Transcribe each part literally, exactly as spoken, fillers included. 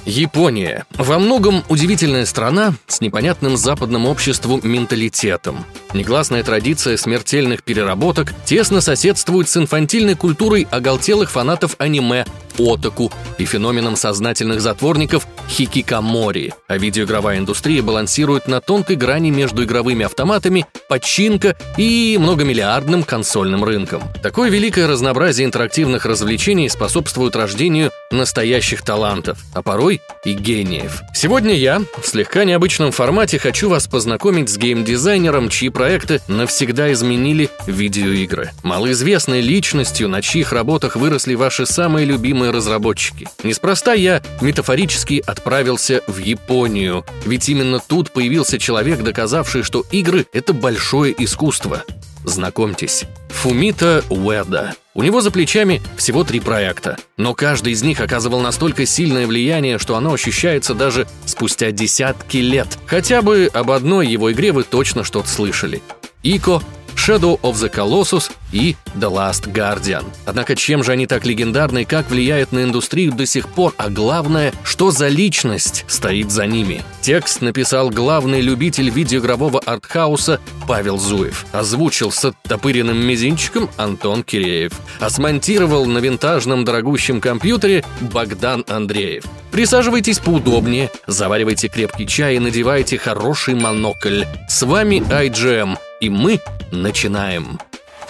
Япония. Во многом удивительная страна с непонятным западному обществу менталитетом. Негласная традиция смертельных переработок тесно соседствует с инфантильной культурой оголтелых фанатов аниме отаку и феноменом сознательных затворников хикикамори. А видеоигровая индустрия балансирует на тонкой грани между игровыми автоматами, починка и многомиллиардным консольным рынком. Такое великое разнообразие интерактивных развлечений способствует рождению настоящих талантов, а порой и гениев. Сегодня я в слегка необычном формате хочу вас познакомить с геймдизайнером, чьи проекты навсегда изменили видеоигры. Малоизвестной личностью, на чьих работах выросли ваши самые любимые разработчики. Неспроста я метафорически отправился в Японию, ведь именно тут появился человек, доказавший, что игры — это большое искусство. Знакомьтесь, Фумито Уэда. У него за плечами всего три проекта, но каждый из них оказывал настолько сильное влияние, что оно ощущается даже спустя десятки лет. Хотя бы об одной его игре вы точно что-то слышали. Ико, Shadow of the Colossus и The Last Guardian. Однако чем же они так легендарны, как влияют на индустрию до сих пор, а главное, что за личность стоит за ними? Текст написал главный любитель видеоигрового артхауса Павел Зуев, озвучил с оттопыренным мизинчиком Антон Киреев, а смонтировал на винтажном дорогущем компьютере Богдан Андреев. Присаживайтесь поудобнее, заваривайте крепкий чай и надевайте хороший монокль. С вами ай джи эм, и мы начинаем.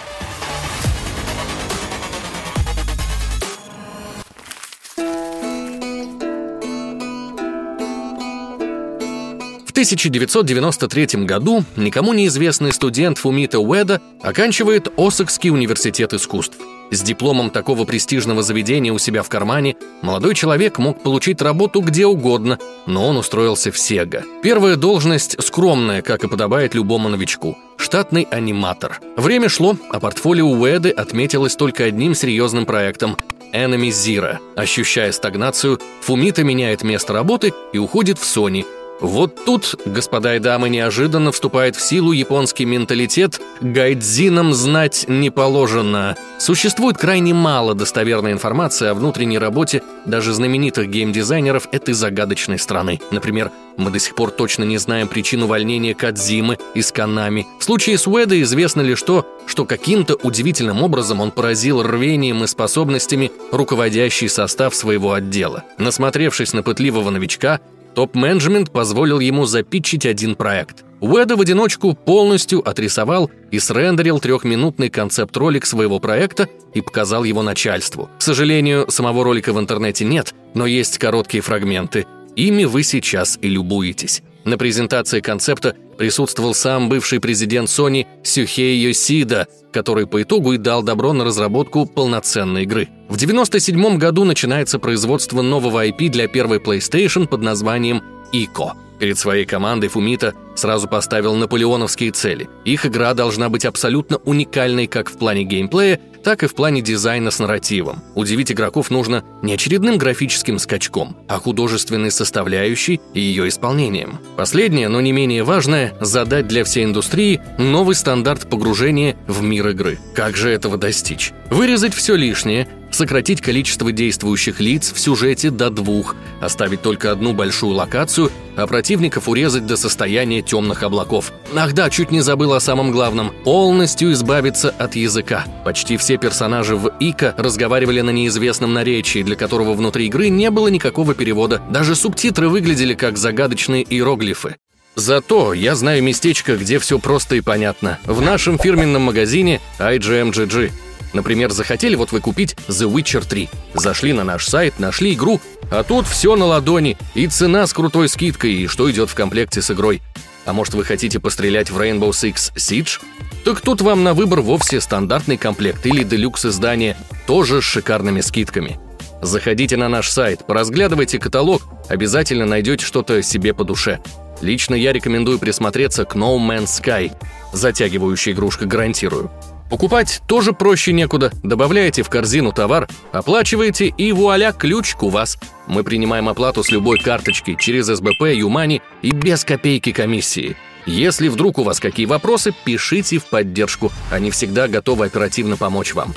В тысяча девятьсот девяносто третьем году никому неизвестный студент Фумито Уэда оканчивает Осакский университет искусств. С дипломом такого престижного заведения у себя в кармане молодой человек мог получить работу где угодно, но он устроился в Sega. Первая должность скромная, как и подобает любому новичку – штатный аниматор. Время шло, а портфолио Уэды отметилось только одним серьезным проектом – Enemy Zero. Ощущая стагнацию, Фумито меняет место работы и уходит в Sony. Вот тут, господа и дамы, неожиданно вступает в силу японский менталитет «гайдзинам знать не положено». Существует крайне мало достоверной информации о внутренней работе даже знаменитых геймдизайнеров этой загадочной страны. Например, мы до сих пор точно не знаем причину увольнения Кодзимы из Konami. В случае с Уэдой известно лишь то, что каким-то удивительным образом он поразил рвением и способностями руководящий состав своего отдела. Насмотревшись на пытливого новичка, топ-менеджмент позволил ему запитчить один проект. Уэда в одиночку полностью отрисовал и срендерил трехминутный концепт-ролик своего проекта и показал его начальству. К сожалению, самого ролика в интернете нет, но есть короткие фрагменты. Ими вы сейчас и любуетесь. На презентации концепта присутствовал сам бывший президент Sony Сюхей Йосида, который по итогу и дал добро на разработку полноценной игры. В девяносто седьмом году начинается производство нового ай пи для первой PlayStation под названием Ико. Перед своей командой Фумито сразу поставил наполеоновские цели. Их игра должна быть абсолютно уникальной как в плане геймплея, так и в плане дизайна с нарративом. Удивить игроков нужно не очередным графическим скачком, а художественной составляющей и ее исполнением. Последнее, но не менее важное, задать для всей индустрии новый стандарт погружения в мир игры. Как же этого достичь? Вырезать все лишнее, сократить количество действующих лиц в сюжете до двух, оставить только одну большую локацию, а противников урезать до состояния темных облаков. Ах да, чуть не забыл о самом главном – полностью избавиться от языка. Почти все персонажи в Ико разговаривали на неизвестном наречии, для которого внутри игры не было никакого перевода. Даже субтитры выглядели как загадочные иероглифы. Зато я знаю местечко, где все просто и понятно. В нашем фирменном магазине ай джи эм джи джи. Например, захотели вот вы купить The Witcher три. Зашли на наш сайт, нашли игру, а тут все на ладони, и цена с крутой скидкой, и что идет в комплекте с игрой. А может, вы хотите пострелять в Rainbow Six Siege? Так тут вам на выбор вовсе стандартный комплект или делюкс издание, тоже с шикарными скидками. Заходите на наш сайт, поразглядывайте каталог, обязательно найдете что-то себе по душе. Лично я рекомендую присмотреться к No Man's Sky. Затягивающая игрушка, гарантирую. Покупать тоже проще некуда. Добавляете в корзину товар, оплачиваете, и вуаля, ключик у вас. Мы принимаем оплату с любой карточки через эс бэ пэ, Юмани и без копейки комиссии. Если вдруг у вас какие вопросы, пишите в поддержку. Они всегда готовы оперативно помочь вам.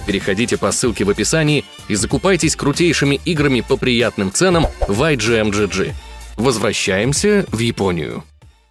Переходите по ссылке в описании и закупайтесь крутейшими играми по приятным ценам в ай джи эм джи джи. Возвращаемся в Японию.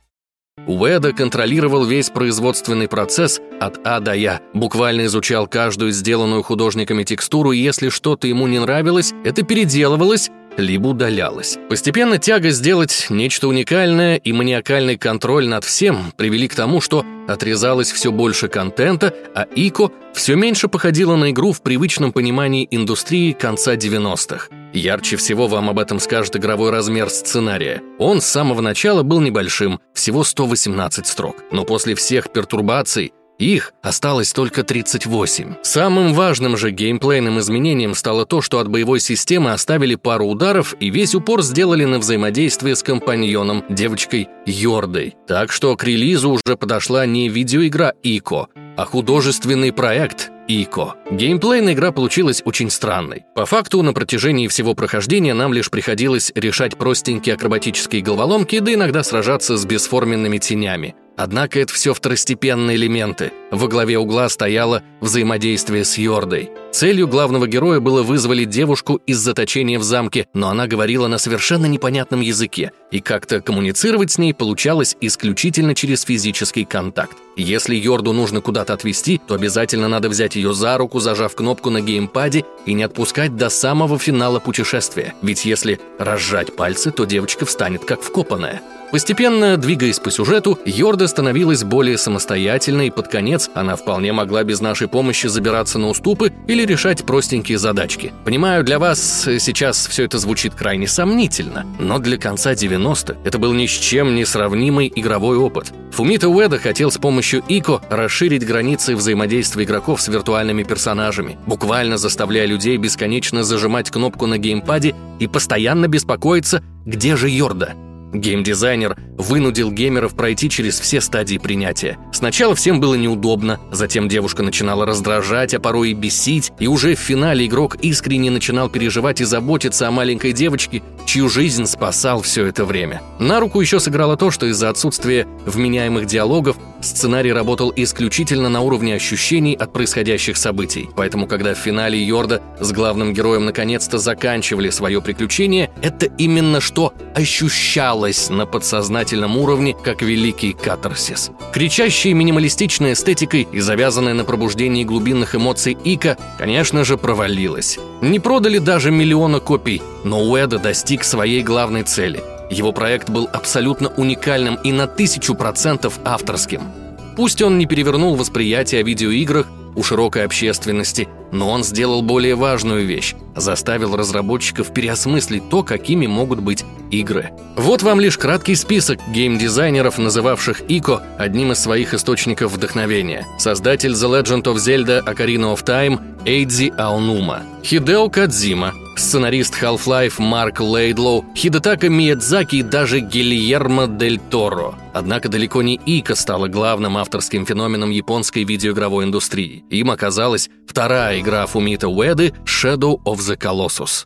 Уэда контролировал весь производственный процесс от А до Я, буквально изучал каждую сделанную художниками текстуру, и если что-то ему не нравилось, это переделывалось, либо удалялось. Постепенно тяга сделать нечто уникальное и маниакальный контроль над всем привели к тому, что отрезалось все больше контента, а Ико все меньше походила на игру в привычном понимании индустрии конца девяностых. Ярче всего вам об этом скажет игровой размер сценария. Он с самого начала был небольшим, всего сто восемнадцать строк, но после всех пертурбаций их осталось только тридцать восемь. Самым важным же геймплейным изменением стало то, что от боевой системы оставили пару ударов и весь упор сделали на взаимодействие с компаньоном, девочкой Йордой. Так что к релизу уже подошла не видеоигра Ико, а художественный проект Ико. Геймплейная игра получилась очень странной. По факту, на протяжении всего прохождения нам лишь приходилось решать простенькие акробатические головоломки, да иногда сражаться с бесформенными тенями. Однако это все второстепенные элементы. Во главе угла стояло взаимодействие с Йордой. Целью главного героя было вызволить девушку из заточения в замке, но она говорила на совершенно непонятном языке, и как-то коммуницировать с ней получалось исключительно через физический контакт. Если Йорду нужно куда-то отвезти, то обязательно надо взять ее за руку, зажав кнопку на геймпаде, и не отпускать до самого финала путешествия. Ведь если разжать пальцы, то девочка встанет как вкопанная. Постепенно, двигаясь по сюжету, Йорда становилась более самостоятельной, и под конец она вполне могла без нашей помощи забираться на уступы или решать простенькие задачки. Понимаю, для вас сейчас все это звучит крайне сомнительно, но для конца девяностых это был ни с чем не сравнимый игровой опыт. Фумито Уэда хотел с помощью Ико расширить границы взаимодействия игроков с виртуальными персонажами, буквально заставляя людей бесконечно зажимать кнопку на геймпаде и постоянно беспокоиться, где же Йорда. Геймдизайнер вынудил геймеров пройти через все стадии принятия. Сначала всем было неудобно, затем девушка начинала раздражать, а порой и бесить, и уже в финале игрок искренне начинал переживать и заботиться о маленькой девочке, чью жизнь спасал все это время. На руку еще сыграло то, что из-за отсутствия вменяемых диалогов сценарий работал исключительно на уровне ощущений от происходящих событий. Поэтому, когда в финале Йорда с главным героем наконец-то заканчивали свое приключение, это именно что ощущалось на подсознательном уровне как великий катарсис. Кричащей минималистичной эстетикой и завязанной на пробуждении глубинных эмоций Ико, конечно же, провалилась. Не продали даже миллиона копий, но Уэда достиг своей главной цели. Его проект был абсолютно уникальным и на тысячу процентов авторским. Пусть он не перевернул восприятие о видеоиграх у широкой общественности, но он сделал более важную вещь – заставил разработчиков переосмыслить то, какими могут быть игры. Вот вам лишь краткий список геймдизайнеров, называвших Ико одним из своих источников вдохновения. Создатель The Legend of Zelda Ocarina of Time Эйдзи Аонума, Хидео Кодзима, сценарист Half-Life Марк Лейдлоу, Хидетака Миядзаки и даже Гильермо Дель Торо. Однако далеко не Ико стала главным авторским феноменом японской видеоигровой индустрии. Им оказалась вторая игра Фумито Уэды Shadow of the Colossus.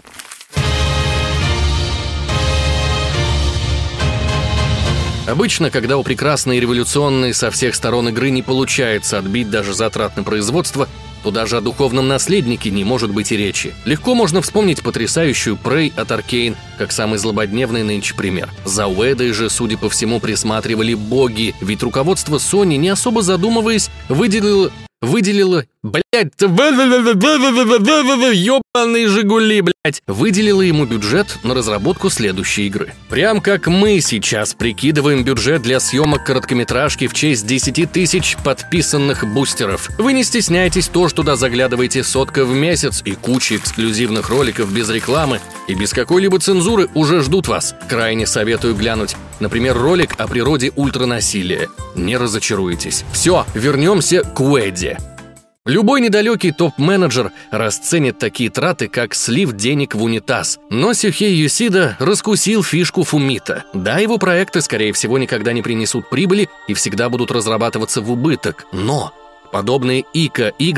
Обычно, когда у прекрасной и революционной со всех сторон игры не получается отбить даже затрат на производство, то даже о духовном наследнике не может быть и речи. Легко можно вспомнить потрясающую Prey от Arkane, как самый злободневный нынче пример. За Уэдой же, судя по всему, присматривали боги, ведь руководство Sony, не особо задумываясь, выделило... Выделила... Блять, ёбаные Жигули, блять. Выделила ему бюджет на разработку следующей игры. Прям как мы сейчас прикидываем бюджет для съемок короткометражки в честь десяти тысяч подписанных бустеров. Вы не стесняйтесь, тоже туда заглядывайте, сотка в месяц и куча эксклюзивных роликов без рекламы и без какой-либо цензуры уже ждут вас. Крайне советую глянуть. Например, ролик о природе ультранасилия. Не разочаруетесь. Все, вернемся к Уэде. Любой недалекий топ-менеджер расценит такие траты, как слив денег в унитаз. Но Сюхей Юсида раскусил фишку Фумито. Да, его проекты, скорее всего, никогда не принесут прибыли и всегда будут разрабатываться в убыток. Но подобные Ико игры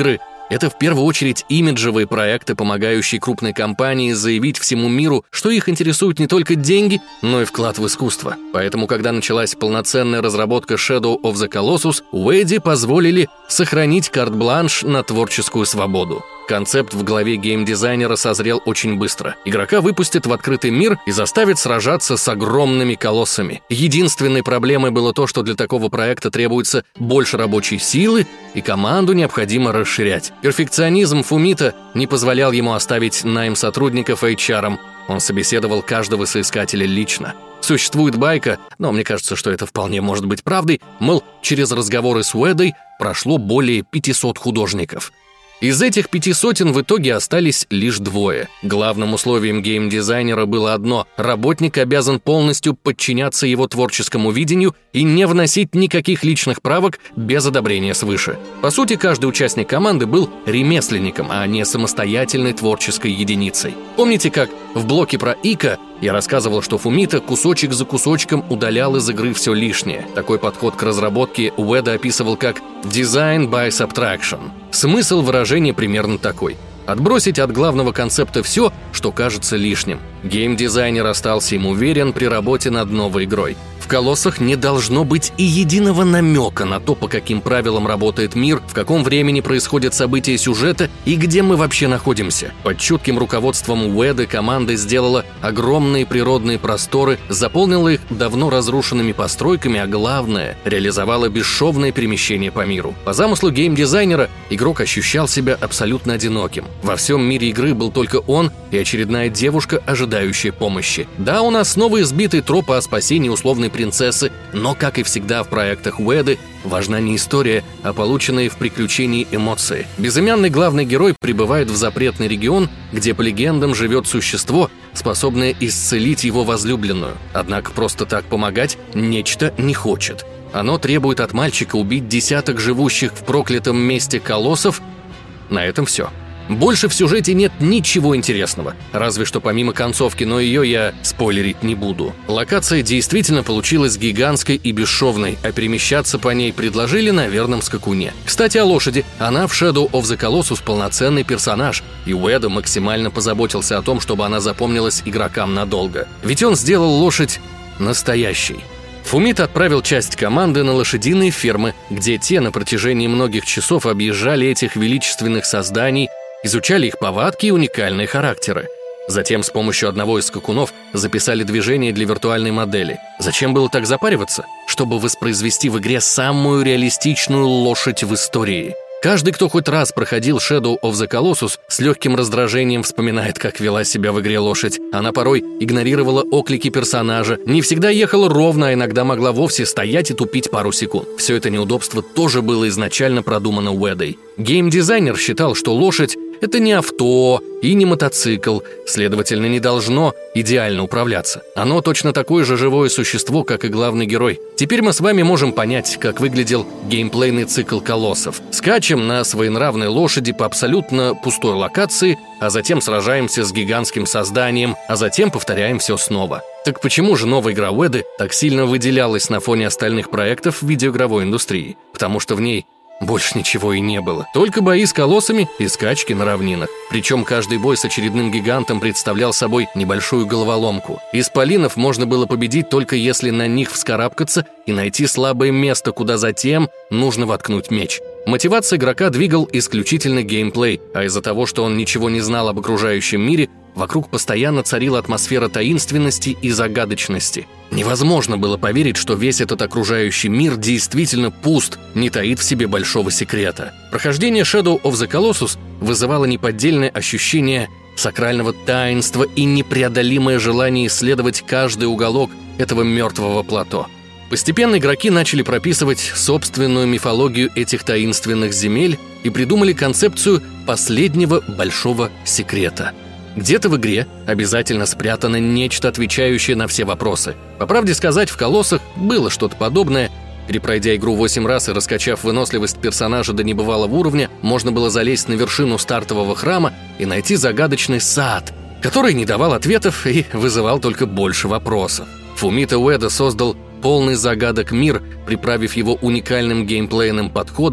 Это в первую очередь имиджевые проекты, помогающие крупной компании заявить всему миру, что их интересуют не только деньги, но и вклад в искусство. Поэтому, когда началась полноценная разработка Shadow of the Colossus, Уэйди позволили сохранить карт-бланш на творческую свободу. Концепт в голове геймдизайнера созрел очень быстро. Игрока выпустят в открытый мир и заставят сражаться с огромными колоссами. Единственной проблемой было то, что для такого проекта требуется больше рабочей силы, и команду необходимо расширять. Перфекционизм Фумита не позволял ему оставить найм сотрудников эйч ар. Он собеседовал каждого соискателя лично. Существует байка, но мне кажется, что это вполне может быть правдой, мол, через разговоры с Уэдой прошло более пятисот художников. Из этих пяти сотен в итоге остались лишь двое. Главным условием геймдизайнера было одно – работник обязан полностью подчиняться его творческому видению и не вносить никаких личных правок без одобрения свыше. По сути, каждый участник команды был ремесленником, а не самостоятельной творческой единицей. Помните, как в блоке про Ика я рассказывал, что Фумита кусочек за кусочком удалял из игры все лишнее. Такой подход к разработке Уэда описывал как «design by subtraction». Смысл выражения примерно такой: отбросить от главного концепта все, что кажется лишним. Геймдизайнер остался им уверен при работе над новой игрой. В «Колоссах» не должно быть и единого намека на то, по каким правилам работает мир, в каком времени происходят события сюжета и где мы вообще находимся. Под чутким руководством Уэда команда сделала огромные природные просторы, заполнила их давно разрушенными постройками, а главное, реализовала бесшовное перемещение по миру. По замыслу геймдизайнера игрок ощущал себя абсолютно одиноким. Во всем мире игры был только он и очередная девушка, ожидающая помощи. Да, у нас снова избитый троп о спасении условной принцессы, но, как и всегда в проектах Уэды, важна не история, а полученные в приключении эмоции. Безымянный главный герой прибывает в запретный регион, где по легендам живет существо, способное исцелить его возлюбленную. Однако просто так помогать нечто не хочет. Оно требует от мальчика убить десяток живущих в проклятом месте колоссов. На этом все. Больше в сюжете нет ничего интересного, разве что помимо концовки, но ее я спойлерить не буду. Локация действительно получилась гигантской и бесшовной, а перемещаться по ней предложили на верном скакуне. Кстати, о лошади. Она в Shadow of the Colossus полноценный персонаж, и Уэда максимально позаботился о том, чтобы она запомнилась игрокам надолго. Ведь он сделал лошадь настоящей. Фумита отправил часть команды на лошадиные фермы, где те на протяжении многих часов объезжали этих величественных созданий, изучали их повадки и уникальные характеры. Затем с помощью одного из скакунов записали движения для виртуальной модели. Зачем было так запариваться? Чтобы воспроизвести в игре самую реалистичную лошадь в истории. Каждый, кто хоть раз проходил Shadow of the Colossus, с легким раздражением вспоминает, как вела себя в игре лошадь. Она порой игнорировала оклики персонажа, не всегда ехала ровно, а иногда могла вовсе стоять и тупить пару секунд. Все это неудобство тоже было изначально продумано Уэдой. Геймдизайнер считал, что лошадь — это не авто и не мотоцикл, следовательно, не должно идеально управляться. Оно точно такое же живое существо, как и главный герой. Теперь мы с вами можем понять, как выглядел геймплейный цикл колоссов. Скачем на своенравной лошади по абсолютно пустой локации, а затем сражаемся с гигантским созданием, а затем повторяем все снова. Так почему же новая игра Уэды так сильно выделялась на фоне остальных проектов в видеоигровой индустрии? Потому что в ней больше ничего и не было. Только бои с колоссами и скачки на равнинах. Причем каждый бой с очередным гигантом представлял собой небольшую головоломку. Исполинов можно было победить только если на них вскарабкаться и найти слабое место, куда затем нужно воткнуть меч. Мотивация игрока двигал исключительно геймплей, а из-за того, что он ничего не знал об окружающем мире, вокруг постоянно царила атмосфера таинственности и загадочности. Невозможно было поверить, что весь этот окружающий мир действительно пуст, не таит в себе большого секрета. Прохождение Shadow of the Colossus вызывало неподдельное ощущение сакрального таинства и непреодолимое желание исследовать каждый уголок этого мертвого плато. Постепенно игроки начали прописывать собственную мифологию этих таинственных земель и придумали концепцию последнего большого секрета. Где-то в игре обязательно спрятано нечто, отвечающее на все вопросы. По правде сказать, в «Колоссах» было что-то подобное. Перепройдя игру восемь раз и раскачав выносливость персонажа до небывалого уровня, можно было залезть на вершину стартового храма и найти загадочный сад, который не давал ответов и вызывал только больше вопросов. Фумита Уэда создал полный загадок мир, приправив его уникальным геймплейным подходом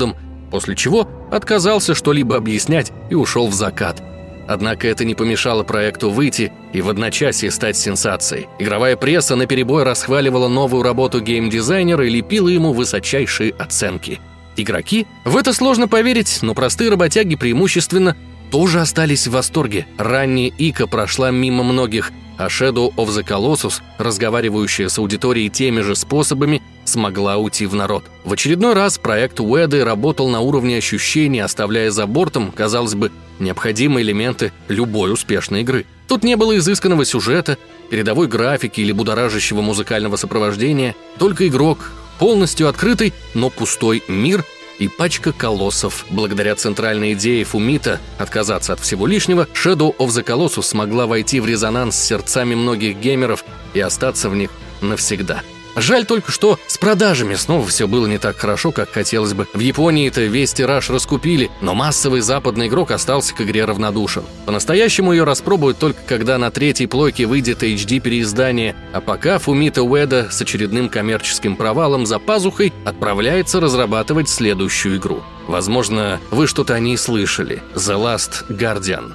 после чего отказался что-либо объяснять и ушел в закат. Однако это не помешало проекту выйти и в одночасье стать сенсацией. Игровая пресса наперебой расхваливала новую работу геймдизайнера и лепила ему высочайшие оценки. Игроки? В это сложно поверить, но простые работяги преимущественно тоже остались в восторге. Ранняя Ика прошла мимо многих, а Shadow of the Colossus, разговаривающая с аудиторией теми же способами, смогла уйти в народ. В очередной раз проект Уэды работал на уровне ощущений, оставляя за бортом, казалось бы, необходимые элементы любой успешной игры. Тут не было изысканного сюжета, передовой графики или будоражащего музыкального сопровождения, только игрок, полностью открытый, но пустой мир и пачка колоссов. Благодаря центральной идее Фумита отказаться от всего лишнего, Shadow of the Colossus смогла войти в резонанс с сердцами многих геймеров и остаться в них навсегда. Жаль только, что с продажами снова все было не так хорошо, как хотелось бы. В Японии-то весь тираж раскупили, но массовый западный игрок остался к игре равнодушен. По-настоящему ее распробуют только когда на третьей плойке выйдет эйч ди-переиздание, а пока Фумита Уэда с очередным коммерческим провалом за пазухой отправляется разрабатывать следующую игру. Возможно, вы что-то о ней слышали. The Last Guardian.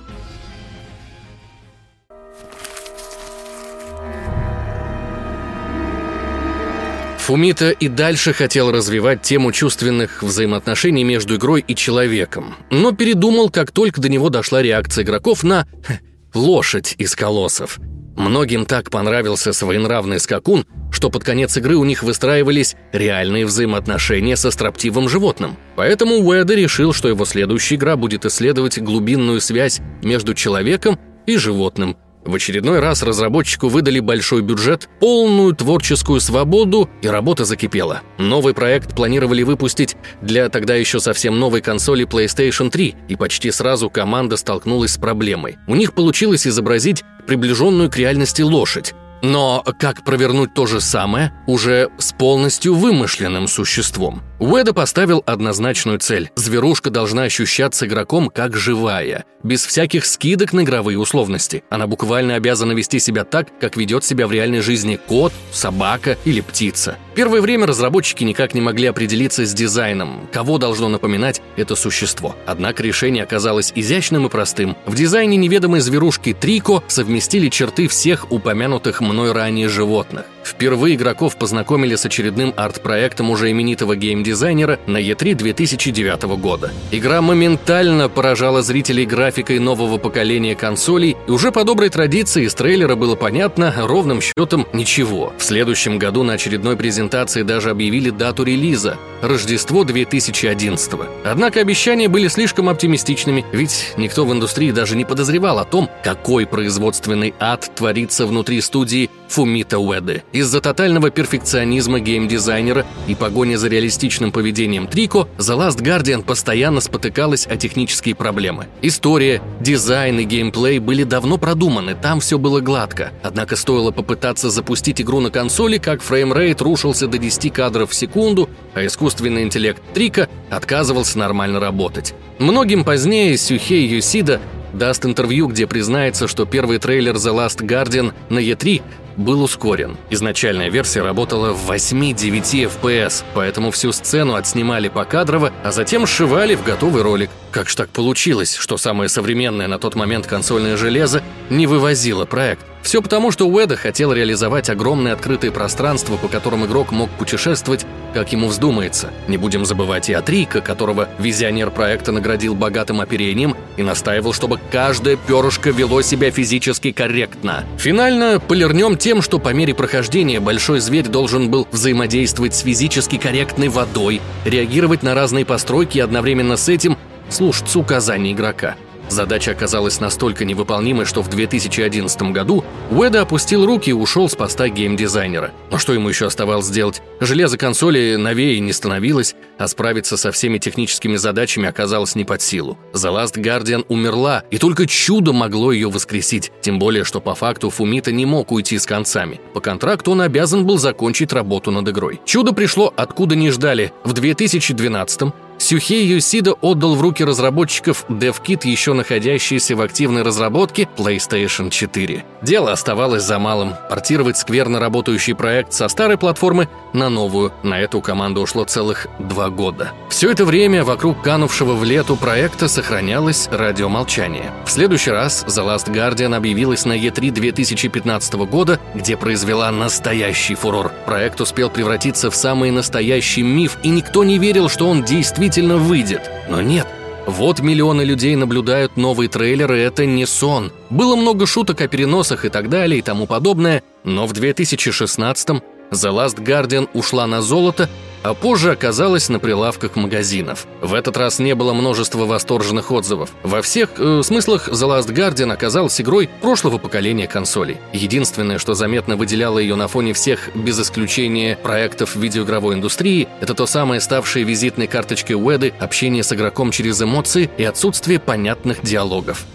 Фумита и дальше хотел развивать тему чувственных взаимоотношений между игрой и человеком, но передумал, как только до него дошла реакция игроков на ха, лошадь из колоссов. Многим так понравился своенравный скакун, что под конец игры у них выстраивались реальные взаимоотношения со строптивым животным. Поэтому Уэда решил, что его следующая игра будет исследовать глубинную связь между человеком и животным. В очередной раз разработчику выдали большой бюджет, полную творческую свободу, и работа закипела. Новый проект планировали выпустить для тогда еще совсем новой консоли PlayStation три, и почти сразу команда столкнулась с проблемой. У них получилось изобразить приближенную к реальности лошадь. Но как провернуть то же самое уже с полностью вымышленным существом? Уэда поставил однозначную цель. Зверушка должна ощущаться игроком как живая, без всяких скидок на игровые условности. Она буквально обязана вести себя так, как ведет себя в реальной жизни кот, собака или птица. Первое время разработчики никак не могли определиться с дизайном, кого должно напоминать это существо. Однако решение оказалось изящным и простым. В дизайне неведомой зверушки Трико совместили черты всех упомянутых мной ранее животных. Впервые игроков познакомили с очередным арт-проектом уже именитого геймдизайнера на и три две тысячи девятого года. Игра моментально поражала зрителей графикой нового поколения консолей, и уже по доброй традиции из трейлера было понятно ровным счетом ничего. В следующем году на очередной презентации даже объявили дату релиза – Рождество две тысячи одиннадцатого. Однако обещания были слишком оптимистичными, ведь никто в индустрии даже не подозревал о том, какой производственный ад творится внутри студии Фумита Уэды. Из-за тотального перфекционизма геймдизайнера и погони за реалистичным поведением Трико, The Last Guardian постоянно спотыкалась о технические проблемы. История, дизайн и геймплей были давно продуманы, там все было гладко. Однако стоило попытаться запустить игру на консоли, как фреймрейт рушился до десяти кадров в секунду, а искусственный интеллект Трико отказывался нормально работать. Многим позднее Сюхей Йосида даст интервью, где признается, что первый трейлер The Last Guardian на и три был ускорен. Изначальная версия работала в восемь-девять эф пи эс, поэтому всю сцену отснимали покадрово, а затем сшивали в готовый ролик. Как ж так получилось, что самое современное на тот момент консольное железо не вывозило проект? Все потому, что Уэда хотел реализовать огромное открытое пространство, по которому игрок мог путешествовать, как ему вздумается. Не будем забывать и о Трико, которого визионер проекта наградил богатым оперением и настаивал, чтобы каждое перышко вело себя физически корректно. Финально полирнем тем, что по мере прохождения большой зверь должен был взаимодействовать с физически корректной водой, реагировать на разные постройки и одновременно с этим слушаться указаний игрока. Задача оказалась настолько невыполнимой, что в две тысячи одиннадцатом году Уэда опустил руки и ушел с поста геймдизайнера. Но что ему еще оставалось делать? Железо консоли новее не становилось, а справиться со всеми техническими задачами оказалось не под силу. The Last Guardian умерла, и только чудо могло ее воскресить. Тем более, что по факту Фумита не мог уйти с концами. По контракту он обязан был закончить работу над игрой. Чудо пришло откуда не ждали. В две тысячи двенадцатом Сюхей Юсида отдал в руки разработчиков DevKit, еще находящийся в активной разработке, PlayStation четыре. Дело оставалось за малым – портировать скверно работающий проект со старой платформы на новую. На эту команду ушло целых два года. Все это время вокруг канувшего в лету проекта сохранялось радиомолчание. В следующий раз The Last Guardian объявилась на и три две тысячи пятнадцатого года, где произвела настоящий фурор. Проект успел превратиться в самый настоящий миф, и никто не верил, что он действительно выйдет. Но нет. Вот миллионы людей наблюдают новый трейлер, и это не сон. Было много шуток о переносах и так далее и тому подобное, но в две тысячи шестнадцатом The Last Guardian ушла на золото, а позже оказалась на прилавках магазинов. В этот раз не было множества восторженных отзывов. Во всех э, смыслах The Last Guardian оказалась игрой прошлого поколения консолей. Единственное, что заметно выделяло ее на фоне всех, без исключения проектов видеоигровой индустрии, это то самое ставшее визитной карточкой Уэды общение с игроком через эмоции и отсутствие понятных диалогов.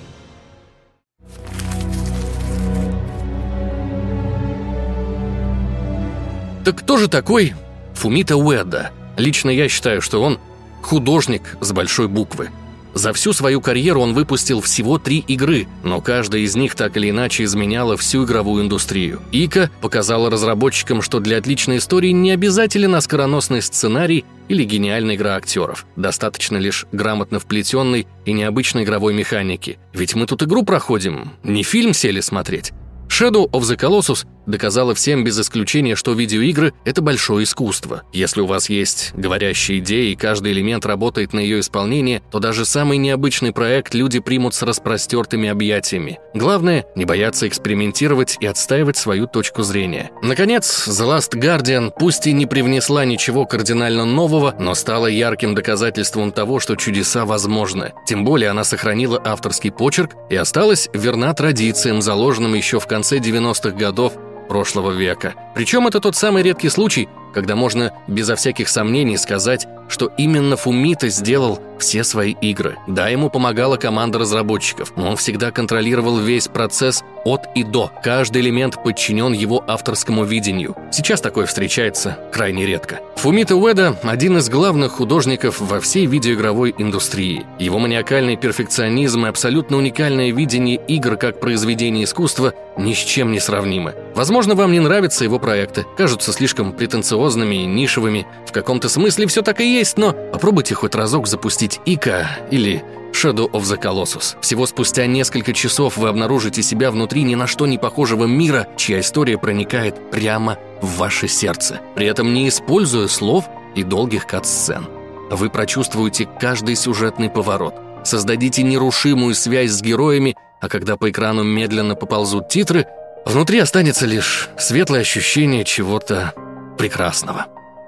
Так кто же такой Фумито Уэда? Лично я считаю, что он художник с большой буквы. За всю свою карьеру он выпустил всего три игры, но каждая из них так или иначе изменяла всю игровую индустрию. Ика показала разработчикам, что для отличной истории не обязателен оскароносный сценарий или гениальная игра актеров. Достаточно лишь грамотно вплетенной и необычной игровой механики. Ведь мы тут игру проходим, не фильм сели смотреть. Shadow of the Colossus доказала всем без исключения, что видеоигры — это большое искусство. Если у вас есть говорящая идея и каждый элемент работает на ее исполнение, то даже самый необычный проект люди примут с распростертыми объятиями. Главное — не бояться экспериментировать и отстаивать свою точку зрения. Наконец, The Last Guardian пусть и не привнесла ничего кардинально нового, но стала ярким доказательством того, что чудеса возможны. Тем более она сохранила авторский почерк и осталась верна традициям, заложенным еще в конце девяностых годов прошлого века. Причем это тот самый редкий случай, когда можно безо всяких сомнений сказать, что именно Фумито сделал все свои игры. Да, ему помогала команда разработчиков, но он всегда контролировал весь процесс от и до. Каждый элемент подчинен его авторскому видению. Сейчас такое встречается крайне редко. Фумито Уэда – один из главных художников во всей видеоигровой индустрии. Его маниакальный перфекционизм и абсолютно уникальное видение игр как произведения искусства ни с чем не сравнимы. Возможно, вам не нравятся его проекты, кажутся слишком претенциозными и нишевыми. В каком-то смысле все так и есть, но попробуйте хоть разок запустить Ика или Shadow of the Colossus. Всего спустя несколько часов вы обнаружите себя внутри ни на что не похожего мира, чья история проникает прямо в ваше сердце, при этом не используя слов и долгих кат-сцен. Вы прочувствуете каждый сюжетный поворот, создадите нерушимую связь с героями, а когда по экрану медленно поползут титры, внутри останется лишь светлое ощущение чего-то прекрасного.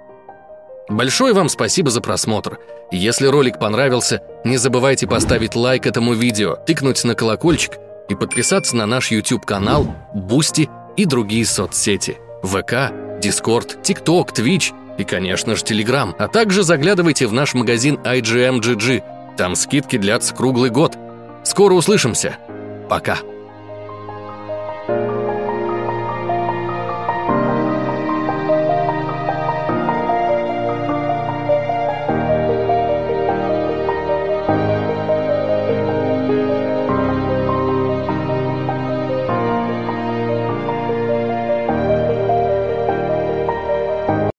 Большое вам спасибо за просмотр. Если ролик понравился, не забывайте поставить лайк этому видео, тыкнуть на колокольчик и подписаться на наш YouTube-канал, Boosty и другие соцсети: вэ ка, Discord, TikTok, Twitch и, конечно же, Telegram. А также заглядывайте в наш магазин ай джи эм джи джи. Там скидки длятся круглый год. Скоро услышимся. Пока.